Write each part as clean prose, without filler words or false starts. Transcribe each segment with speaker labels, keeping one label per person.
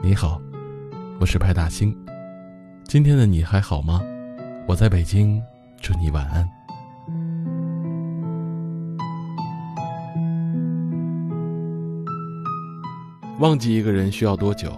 Speaker 1: 你好，我是派大星。今天的你还好吗？我在北京，祝你晚安。忘记一个人需要多久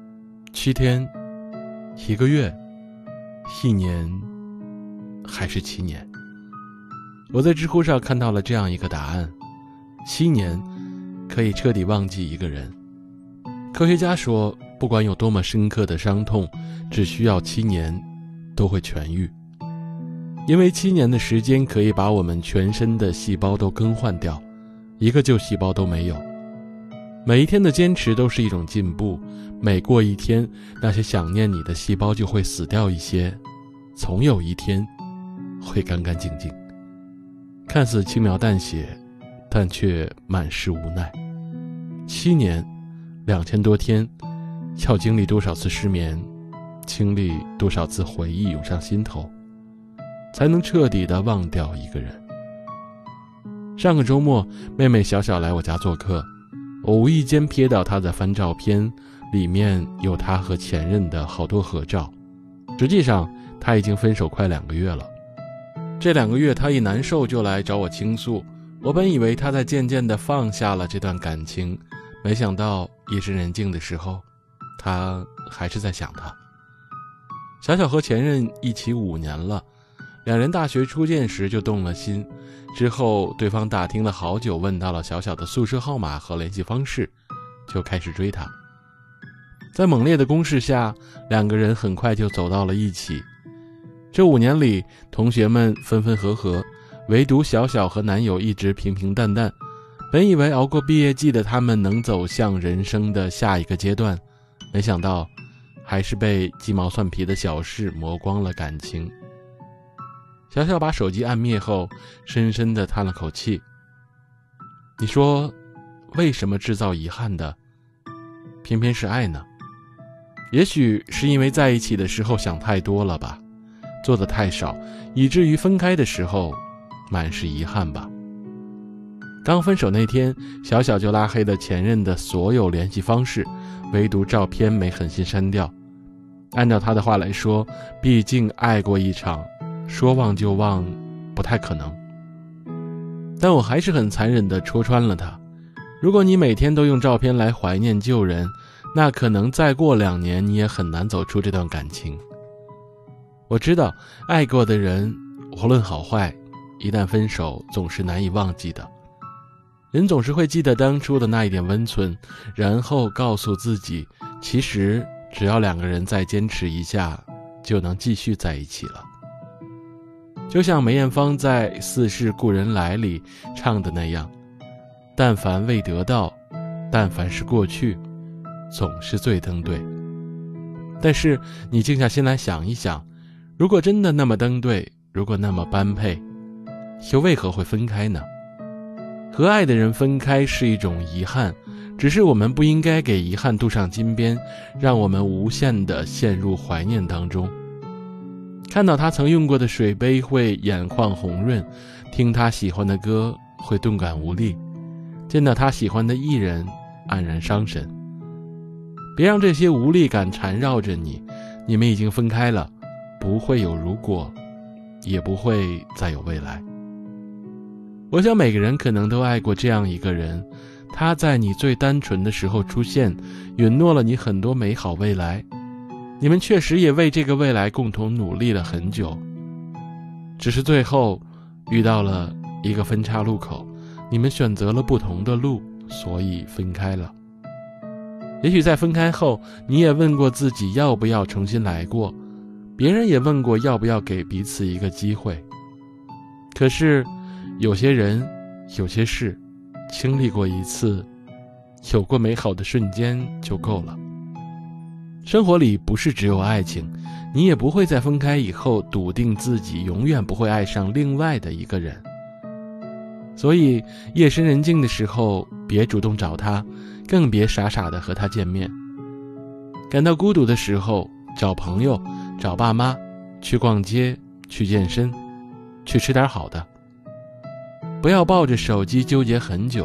Speaker 1: ？7天、1个月、1年，还是7年？我在知乎上看到了这样一个答案：7年可以彻底忘记一个人。科学家说，不管有多么深刻的伤痛，只需要7年都会痊愈。因为7年的时间可以把我们全身的细胞都更换掉，一个旧细胞都没有。每一天的坚持都是一种进步，每过一天，那些想念你的细胞就会死掉一些，总有一天会干干净净。看似轻描淡写，但却满是无奈。7年2000多天，要经历多少次失眠，经历多少次回忆涌上心头，才能彻底地忘掉一个人。上个周末，妹妹小小来我家做客，我无意间瞥到她在翻照片，里面有她和前任的好多合照。实际上她已经分手快2个月了。这2个月她一难受就来找我倾诉，我本以为她在渐渐地放下了这段感情，没想到夜深人静的时候，她还是在想他。小小和前任一起5年了，两人大学初见时就动了心，之后对方打听了好久，问到了小小的宿舍号码和联系方式，就开始追她。在猛烈的攻势下，2个人很快就走到了一起。这5年里，同学们分分合合，唯独小小和男友一直平平淡淡。本以为熬过毕业季的他们能走向人生的下一个阶段，没想到还是被鸡毛蒜皮的小事磨光了感情。小小把手机按灭后，深深地叹了口气。你说，为什么制造遗憾的偏偏是爱呢？也许是因为在一起的时候想太多了吧，做得太少，以至于分开的时候满是遗憾吧。刚分手那天，小小就拉黑了前任的所有联系方式，唯独照片没狠心删掉。按照他的话来说，毕竟爱过一场，说忘就忘不太可能。但我还是很残忍地戳穿了他。如果你每天都用照片来怀念旧人，那可能再过2年你也很难走出这段感情。我知道爱过的人无论好坏，一旦分手总是难以忘记的。人总是会记得当初的那一点温存，然后告诉自己，其实只要2个人再坚持一下，就能继续在一起了。就像梅艳芳在《似是故人来》里唱的那样，但凡未得到，但凡是过去，总是最登对。但是你静下心来想一想，如果真的那么登对，如果那么般配，又为何会分开呢？和爱的人分开是一种遗憾，只是我们不应该给遗憾镀上金边，让我们无限地陷入怀念当中。看到他曾用过的水杯会眼眶红润，听他喜欢的歌会顿感无力，见到他喜欢的艺人黯然伤神。别让这些无力感缠绕着你，你们已经分开了，不会有如果，也不会再有未来。我想每个人可能都爱过这样一个人，他在你最单纯的时候出现，允诺了你很多美好未来，你们确实也为这个未来共同努力了很久，只是最后遇到了一个分岔路口，你们选择了不同的路，所以分开了。也许在分开后，你也问过自己要不要重新来过，别人也问过要不要给彼此一个机会。可是有些人，有些事，经历过一次，有过美好的瞬间就够了。生活里不是只有爱情，你也不会在分开以后笃定自己永远不会爱上另外的一个人。所以夜深人静的时候，别主动找他，更别傻傻的和他见面。感到孤独的时候，找朋友，找爸妈，去逛街，去健身，去吃点好的。不要抱着手机纠结很久，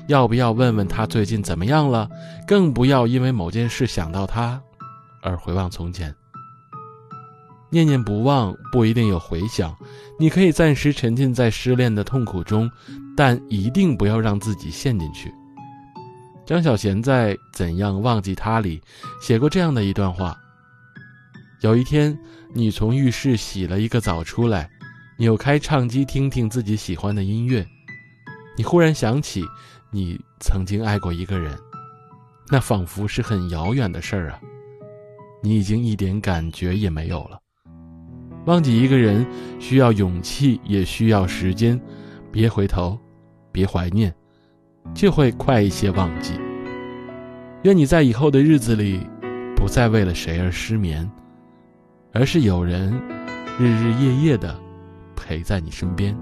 Speaker 1: 要不要问问他最近怎么样了，更不要因为某件事想到他而回望从前。念念不忘不一定有回响，你可以暂时沉浸在失恋的痛苦中，但一定不要让自己陷进去。张小娴在《怎样忘记他》里写过这样的一段话：有一天，你从浴室洗了一个澡出来，扭开唱机听听自己喜欢的音乐，你忽然想起你曾经爱过一个人，那仿佛是很遥远的事儿啊，你已经一点感觉也没有了。忘记一个人需要勇气，也需要时间，别回头，别怀念，就会快一些忘记。愿你在以后的日子里不再为了谁而失眠，而是有人日日夜夜地陪在你身边。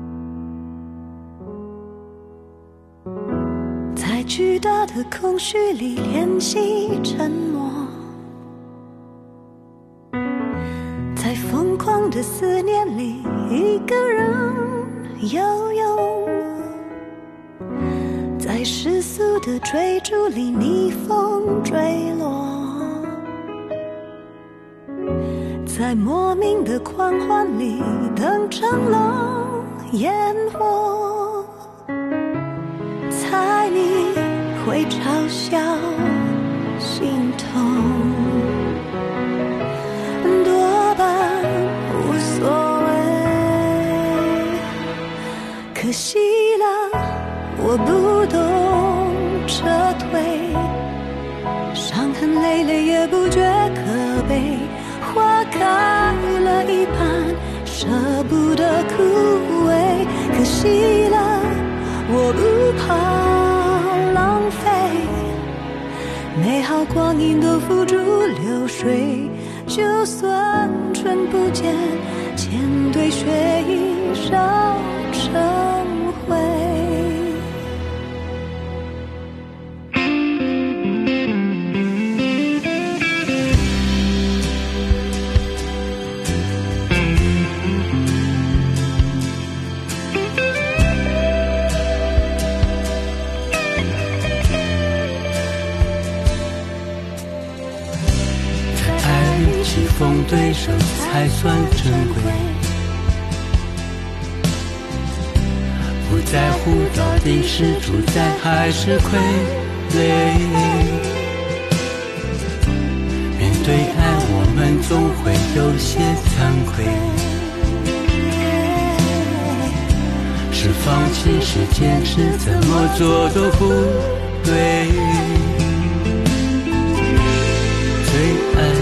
Speaker 2: 在巨大的空虚里练习沉默，在疯狂的思念里一个人游泳，在世俗的追逐里逆风坠落，在莫名的狂欢里等成了烟火，猜你会嘲笑心痛，多半无所谓，可惜了我不懂撤退，伤痕累累也不觉可悲，花开了一半舍不得枯萎，可惜了我不怕浪费，美好光阴都付诸流水，就算春不见，千堆雪已烧成灰。
Speaker 3: 棋逢对手才算珍贵，不在乎到底是主宰还是傀儡，面对爱我们总会有些惭愧，是放弃是坚持，怎么做都不对，最爱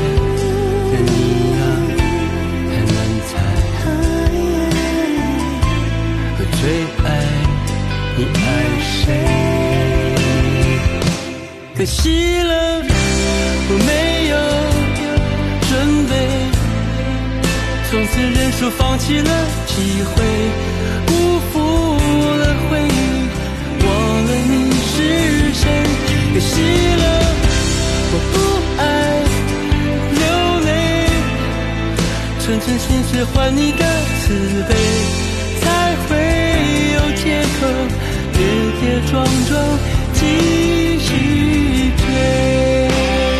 Speaker 3: 最爱你爱谁，可惜了我没有准备，从此认输放弃了机会，辜负了回忆，忘了你是谁，可惜了我不爱流泪，纯纯心碎换你的慈悲，才会有借口跌跌撞撞继续追。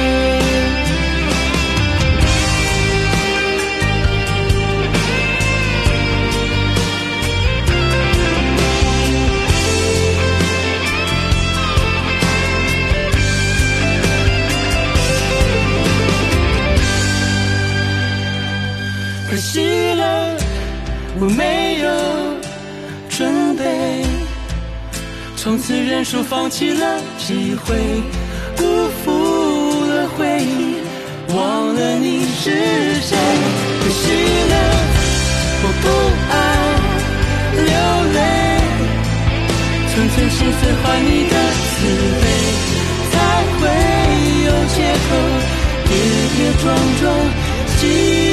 Speaker 3: 可惜了我没有准备，从此认输放弃了机会，辜负了回忆，忘了你是谁，可惜了我不爱流泪，纯纯心碎换你的慈悲，才会有借口跌跌撞撞继续